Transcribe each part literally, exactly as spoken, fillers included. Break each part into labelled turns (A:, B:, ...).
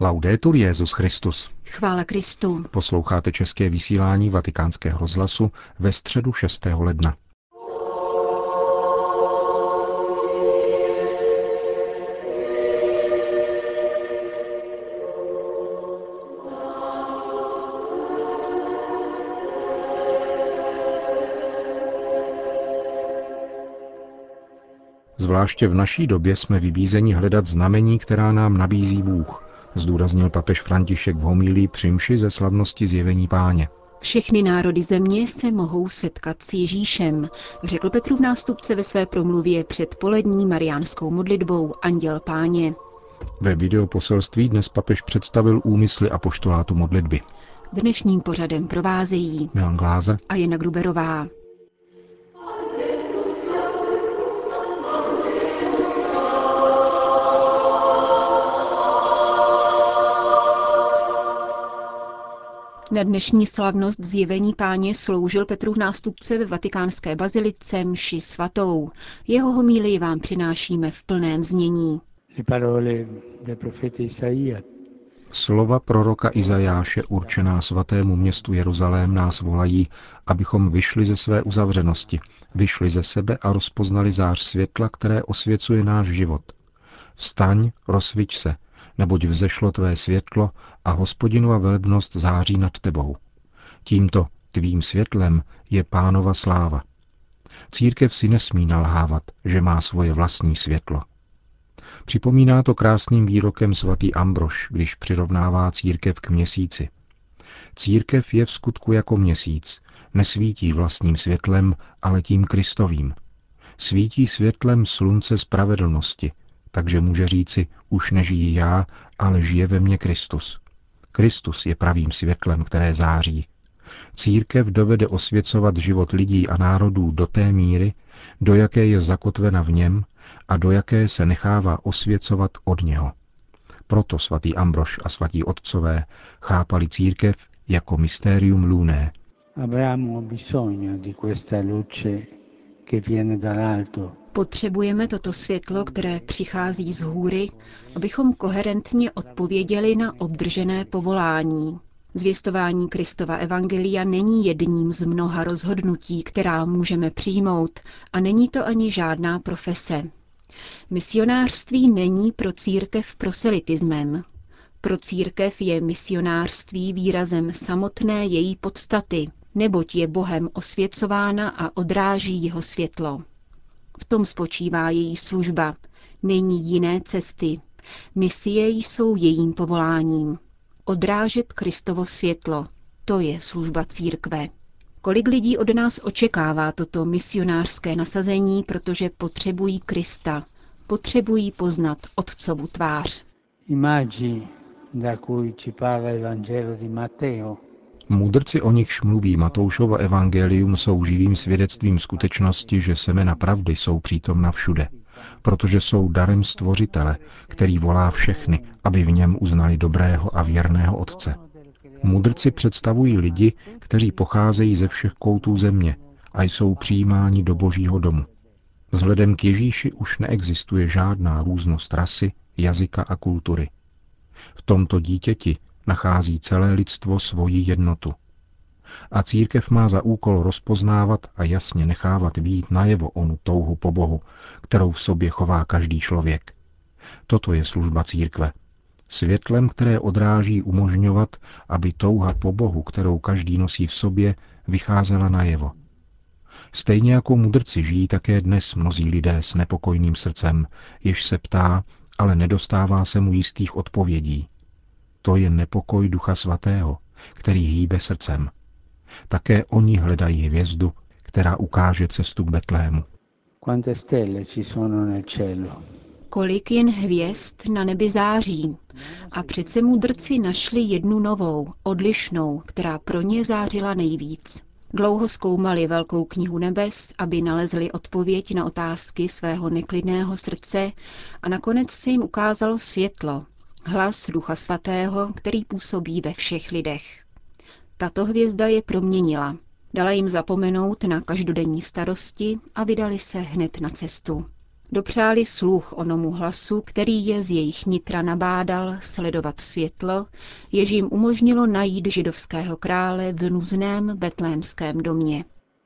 A: Laudetur Jesus Christus.
B: Chvála Kristu.
A: Posloucháte české vysílání Vatikánského rozhlasu ve středu šestého ledna. Zvláště v naší době jsme vybízeni hledat znamení, která nám nabízí Bůh, zdůraznil papež František v homílii při mši ze slavnosti Zjevení Páně.
B: Všechny národy země se mohou setkat s Ježíšem, řekl Petrův nástupce ve své promluvě před polední mariánskou modlitbou Anděl Páně.
A: Ve videoposelství dnes papež představil úmysly apoštolátu modlitby.
B: Dnešním pořadem provázejí
A: Milan Glázer
B: a Jana Gruberová. Na dnešní slavnost Zjevení Páně sloužil Petrův nástupce ve vatikánské bazilice mši svatou. Jeho homílii vám přinášíme v plném znění.
A: Slova proroka Izajáše určená svatému městu Jeruzalém nás volají, abychom vyšli ze své uzavřenosti, vyšli ze sebe a rozpoznali zář světla, které osvěcuje náš život. Vstaň, rozsviť se, neboť vzešlo tvé světlo a Hospodinova velebnost září nad tebou. Tímto tvým světlem je Pánova sláva. Církev si nesmí nalhávat, že má svoje vlastní světlo. Připomíná to krásným výrokem svatý Ambrož, když přirovnává církev k měsíci. Církev je v skutku jako měsíc, nesvítí vlastním světlem, ale tím Kristovým. Svítí světlem slunce spravedlnosti, takže může říci, už nežijí já, ale žije ve mně Kristus. Kristus je pravým světlem, které září. Církev dovede osvěcovat život lidí a národů do té míry, do jaké je zakotvena v něm a do jaké se nechává osvěcovat od něho. Proto svatý Ambrož a svatí otcové chápali církev jako mysterium luné.
B: Potřebujeme toto světlo, které přichází z hůry, abychom koherentně odpověděli na obdržené povolání. Zvěstování Kristova evangelia není jedním z mnoha rozhodnutí, která můžeme přijmout, a není to ani žádná profese. Misionářství není pro církev proselitismem. Pro církev je misionářství výrazem samotné její podstaty, neboť je Bohem osvěcována a odráží jeho světlo. V tom spočívá její služba. Není jiné cesty. Misie jsou jejím povoláním. Odrážet Kristovo světlo. To je služba církve. Kolik lidí od nás očekává toto misionářské nasazení, protože potřebují Krista. Potřebují poznat Otcovu tvář.
A: Mudrci, o nichž mluví Matoušovo evangelium, jsou živým svědectvím skutečnosti, že semena pravdy jsou přítomna všude, protože jsou darem Stvořitele, který volá všechny, aby v něm uznali dobrého a věrného Otce. Mudrci představují lidi, kteří pocházejí ze všech koutů země a jsou přijímáni do Božího domu. Vzhledem k Ježíši už neexistuje žádná různost rasy, jazyka a kultury. V tomto dítěti nachází celé lidstvo svoji jednotu. A církev má za úkol rozpoznávat a jasně nechávat vyjít najevo onu touhu po Bohu, kterou v sobě chová každý člověk. Toto je služba církve. Světlem, které odráží, umožňovat, aby touha po Bohu, kterou každý nosí v sobě, vycházela najevo. Stejně jako mudrci žijí také dnes mnozí lidé s nepokojným srdcem, jež se ptá, ale nedostává se mu jistých odpovědí. To je nepokoj Ducha Svatého, který hýbe srdcem. Také oni hledají hvězdu, která ukáže cestu k Betlému.
B: Kolik jen hvězd na nebi září. A přece mudrci našli jednu novou, odlišnou, která pro ně zářila nejvíc. Dlouho zkoumali velkou knihu nebes, aby nalezli odpověď na otázky svého neklidného srdce, a nakonec se jim ukázalo světlo, hlas Ducha Svatého, který působí ve všech lidech. Tato hvězda je proměnila. Dala jim zapomenout na každodenní starosti a vydali se hned na cestu. Dopřáli sluch onomu hlasu, který je z jejich nitra nabádal sledovat světlo, jež jim umožnilo najít židovského krále v nuzném betlémském domě.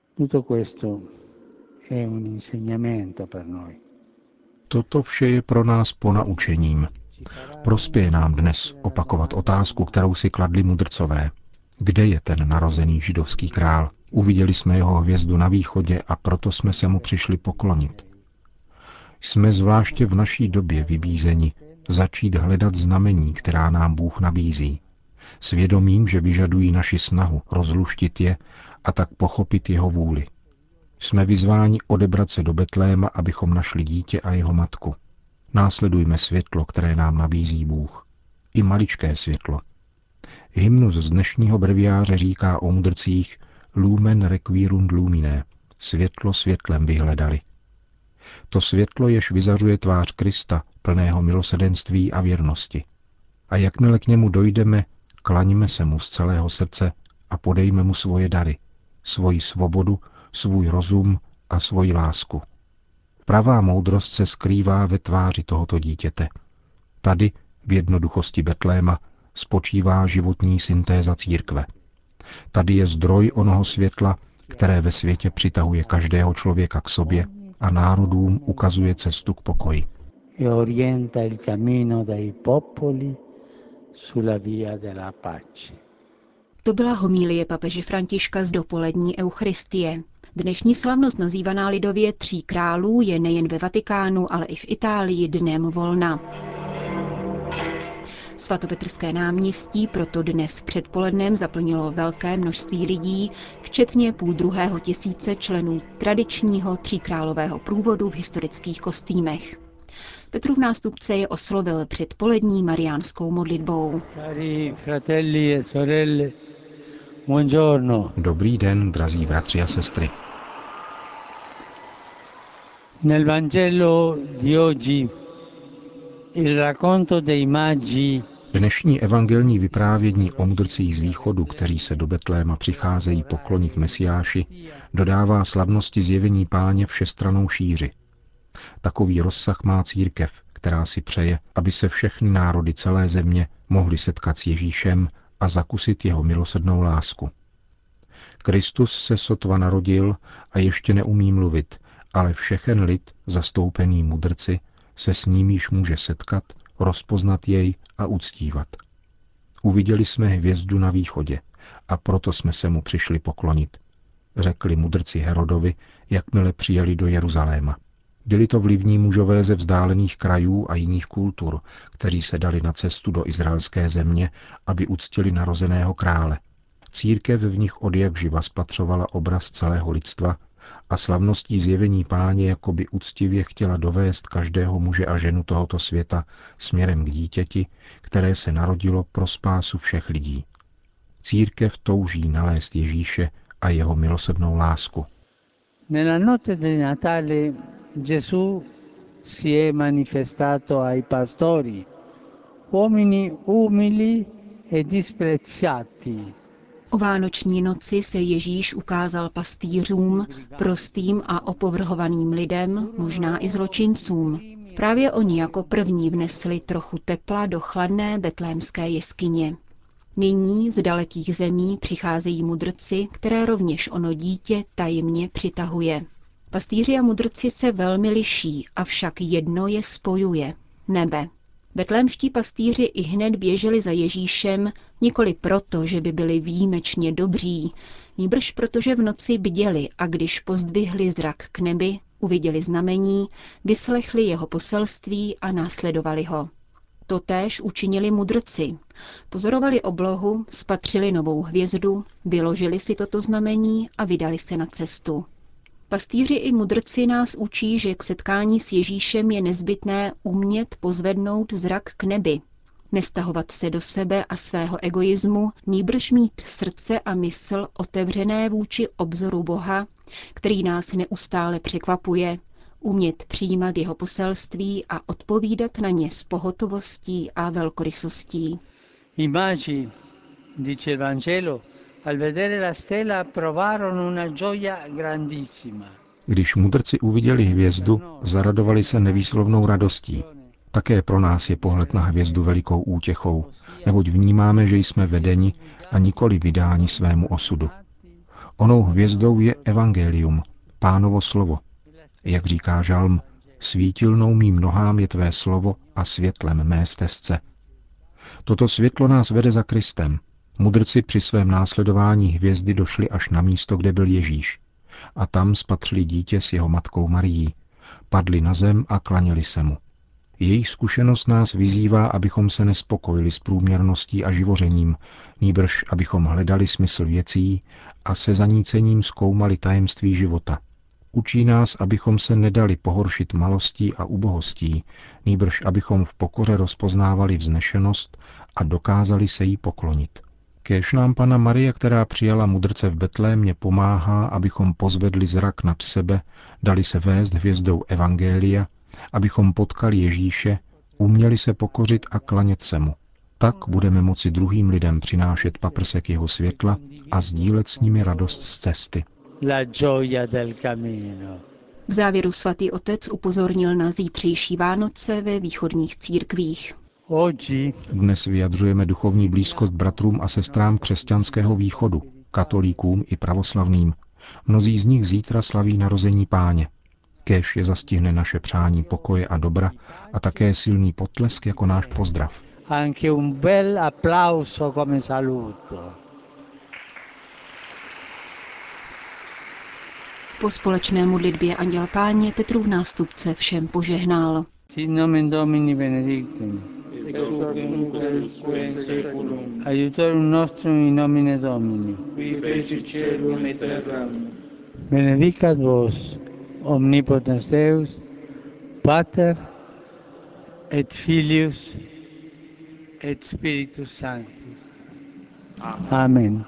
A: Toto vše je pro nás ponaučením. Prospěje nám dnes opakovat otázku, kterou si kladli mudrcové. Kde je ten narozený židovský král? Uviděli jsme jeho hvězdu na východě a proto jsme se mu přišli poklonit. Jsme zvláště v naší době vybízeni začít hledat znamení, která nám Bůh nabízí. Svědomím, že vyžadují naši snahu rozluštit je a tak pochopit jeho vůli. Jsme vyzváni odebrat se do Betléma, abychom našli dítě a jeho matku. Následujme světlo, které nám nabízí Bůh. I maličké světlo. Hymnus z dnešního breviáře říká o mudrcích lumen requirunt lumine, světlo světlem vyhledali. To světlo, jež vyzařuje tvář Krista, plného milosrdenství a věrnosti. A jakmile k němu dojdeme, klaňme se mu z celého srdce a podejme mu svoje dary, svoji svobodu, svůj rozum a svoji lásku. Pravá moudrost se skrývá ve tváři tohoto dítěte. Tady, v jednoduchosti Betléma, spočívá životní syntéza církve. Tady je zdroj onoho světla, které ve světě přitahuje každého člověka k sobě a národům ukazuje cestu k pokoji.
B: To byla homilie papeže Františka z dopolední eucharistie. Dnešní slavnost, nazývaná lidově Tří králů, je nejen ve Vatikánu, ale i v Itálii dnem volna. Svatopetrské náměstí proto dnes předpolednem zaplnilo velké množství lidí, včetně půl druhého tisíce členů tradičního tříkrálového průvodu v historických kostýmech. Petrův nástupce je oslovil před polední mariánskou modlitbou.
A: Dobrý den, drazí bratři a sestry.
C: Nel Vangelo di oggi il racconto dei magi.
A: Dnešní evangelní vyprávění o mudrcích z východu, kteří se do Betléma přicházejí poklonit Mesiáši, dodává slavnosti zjevení Páně všestrannou šíři. Takový rozsah má církev, která si přeje, aby se všechny národy celé země mohly setkat s Ježíšem a zakusit jeho milosrdnou lásku. Kristus se sotva narodil a ještě neumí mluvit, ale všechen lid, zastoupený mudrci, se s ním již může setkat, rozpoznat jej a uctívat. Uviděli jsme hvězdu na východě a proto jsme se mu přišli poklonit, řekli mudrci Herodovi, jakmile přijeli do Jeruzaléma. Byli to vlivní mužové ze vzdálených krajů a jiných kultur, kteří se dali na cestu do izraelské země, aby uctili narozeného krále. Církev v nich odjakživa spatřovala obraz celého lidstva a slavností zjevení Páně jakoby úctivě chtěla dovést každého muže a ženu tohoto světa směrem k dítěti, které se narodilo pro spásu všech lidí. Církev touží nalézt Ježíše a jeho milosrdnou lásku.
C: Nella notte di Natale Gesù si è manifestato ai pastori, uomini umili e disprezzati.
B: O vánoční noci se Ježíš ukázal pastýřům, prostým a opovrhovaným lidem, možná i zločincům. Právě oni jako první vnesli trochu tepla do chladné betlémské jeskyně. Nyní z dalekých zemí přicházejí mudrci, které rovněž ono dítě tajemně přitahuje. Pastýři a mudrci se velmi liší, avšak jedno je spojuje – nebe. Betlémští pastýři ihned běželi za Ježíšem, nikoli proto, že by byli výjimečně dobří, nýbrž protože v noci bděli a když pozdvihli zrak k nebi, uviděli znamení, vyslechli jeho poselství a následovali ho. Totéž učinili mudrci. Pozorovali oblohu, spatřili novou hvězdu, vyložili si toto znamení a vydali se na cestu. Pastýři i mudrci nás učí, že k setkání s Ježíšem je nezbytné umět pozvednout zrak k nebi, nestahovat se do sebe a svého egoismu, nýbrž mít srdce a mysl otevřené vůči obzoru Boha, který nás neustále překvapuje, umět přijímat jeho poselství a odpovídat na ně s pohotovostí a velkorysostí.
C: I magi, dice il Vangelo, al vedere la stella provarono una gioia grandissima.
A: Když mudrci uviděli hvězdu, zaradovali se nevýslovnou radostí. Také pro nás je pohled na hvězdu velikou útěchou, neboť vnímáme, že jsme vedeni a nikoli vydáni svému osudu. Onou hvězdou je evangelium, Pánovo slovo. Jak říká žalm, svítilnou mým nohám je tvé slovo a světlem mé stezce. Toto světlo nás vede za Kristem. Mudrci při svém následování hvězdy došli až na místo, kde byl Ježíš. A tam spatřili dítě s jeho matkou Marií. Padli na zem a klaněli se mu. Jejich zkušenost nás vyzývá, abychom se nespokojili s průměrností a živořením, nýbrž abychom hledali smysl věcí a se zanícením zkoumali tajemství života. Učí nás, abychom se nedali pohoršit malostí a ubohostí, nýbrž abychom v pokoře rozpoznávali vznešenost a dokázali se jí poklonit. Kéž nám Panna Marie, která přijala mudrce v Betlémě, pomáhá, abychom pozvedli zrak nad sebe, dali se vést hvězdou evangelia, abychom potkali Ježíše, uměli se pokořit a klanět se mu. Tak budeme moci druhým lidem přinášet paprsek jeho světla a sdílet s nimi radost z cesty.
B: V závěru svatý otec upozornil na zítřejší Vánoce ve východních církvích.
A: Dnes vyjadřujeme duchovní blízkost bratrům a sestrám křesťanského východu, katolíkům i pravoslavným. Mnozí z nich zítra slaví narození Páně. Kéž je zastihne naše přání pokoje a dobra a také silný potlesk jako náš pozdrav.
C: Anche un bel applauso come saluto.
B: Po společné modlitbě Anděl Páně Petrův nástupce všem požehnal.
C: Sit nomen Domini benedictum. Aiutorium nostrum in nomine Domini. Benedicat vos omnipotens Deus, Pater et Filius et Spiritus Sanctus. Amen.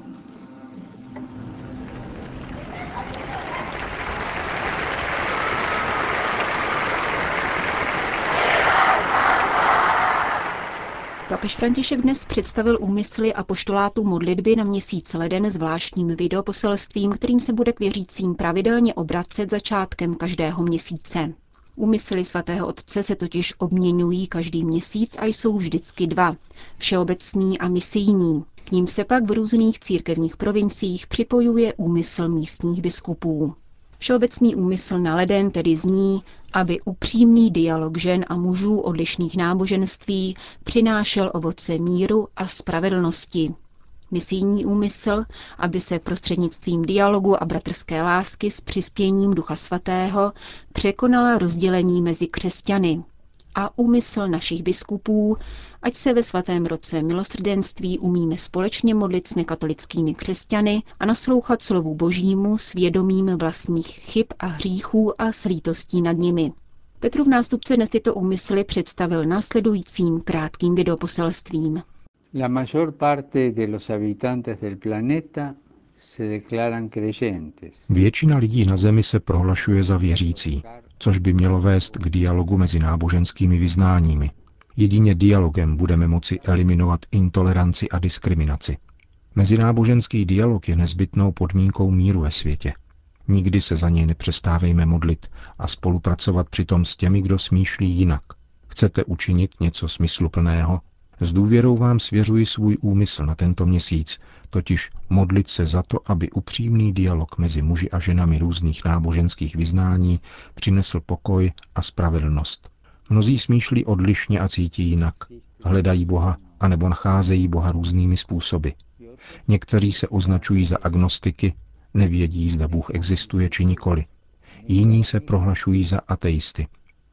B: Papež František dnes představil úmysly apoštolátu modlitby na měsíc leden zvláštním videoposelstvím, kterým se bude k věřícím pravidelně obracet začátkem každého měsíce. Úmysly svatého otce se totiž obměňují každý měsíc a jsou vždycky dva, všeobecný a misijní. K ním se pak v různých církevních provinciích připojuje úmysl místních biskupů. Všeobecný úmysl na leden tedy zní, aby upřímný dialog žen a mužů odlišných náboženství přinášel ovoce míru a spravedlnosti. Misijní úmysl, aby se prostřednictvím dialogu a bratrské lásky s přispěním Ducha Svatého překonala rozdělení mezi křesťany. A úmysl našich biskupů, ať se ve svatém roce milosrdenství umíme společně modlit s nekatolickými křesťany a naslouchat slovu Božímu s vědomím vlastních chyb a hříchů a s lítostí nad nimi. Petrův nástupce dnes tyto úmysly představil následujícím krátkým videoposelstvím.
C: La mayor parte de los habitantes del planeta se declaran creyentes.
A: Většina lidí na zemi se prohlašuje za věřící, což by mělo vést k dialogu mezi náboženskými vyznáními. Jedině dialogem budeme moci eliminovat intoleranci a diskriminaci. Mezináboženský dialog je nezbytnou podmínkou míru ve světě. Nikdy se za něj nepřestávejme modlit a spolupracovat přitom s těmi, kdo smýšlí jinak. Chcete učinit něco smysluplného? S důvěrou vám svěřuji svůj úmysl na tento měsíc, totiž modlit se za to, aby upřímný dialog mezi muži a ženami různých náboženských vyznání přinesl pokoj a spravedlnost. Mnozí smýšlí odlišně a cítí jinak. Hledají Boha anebo nacházejí Boha různými způsoby. Někteří se označují za agnostiky, nevědí, zda Bůh existuje či nikoli. Jiní se prohlašují za ateisty.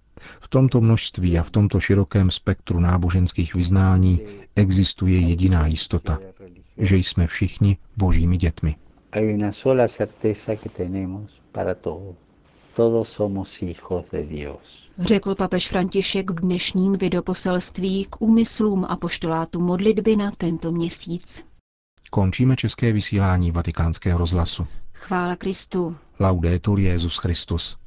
A: V tomto množství a v tomto širokém spektru náboženských vyznání existuje jediná jistota, že jsme všichni Božími dětmi.
B: Řekl papež František v dnešním videoposelství k úmyslům apoštolátu modlitby na tento měsíc.
A: Končíme české vysílání Vatikánského rozhlasu.
B: Chvála Kristu.
A: Laudetur Jesus Christus.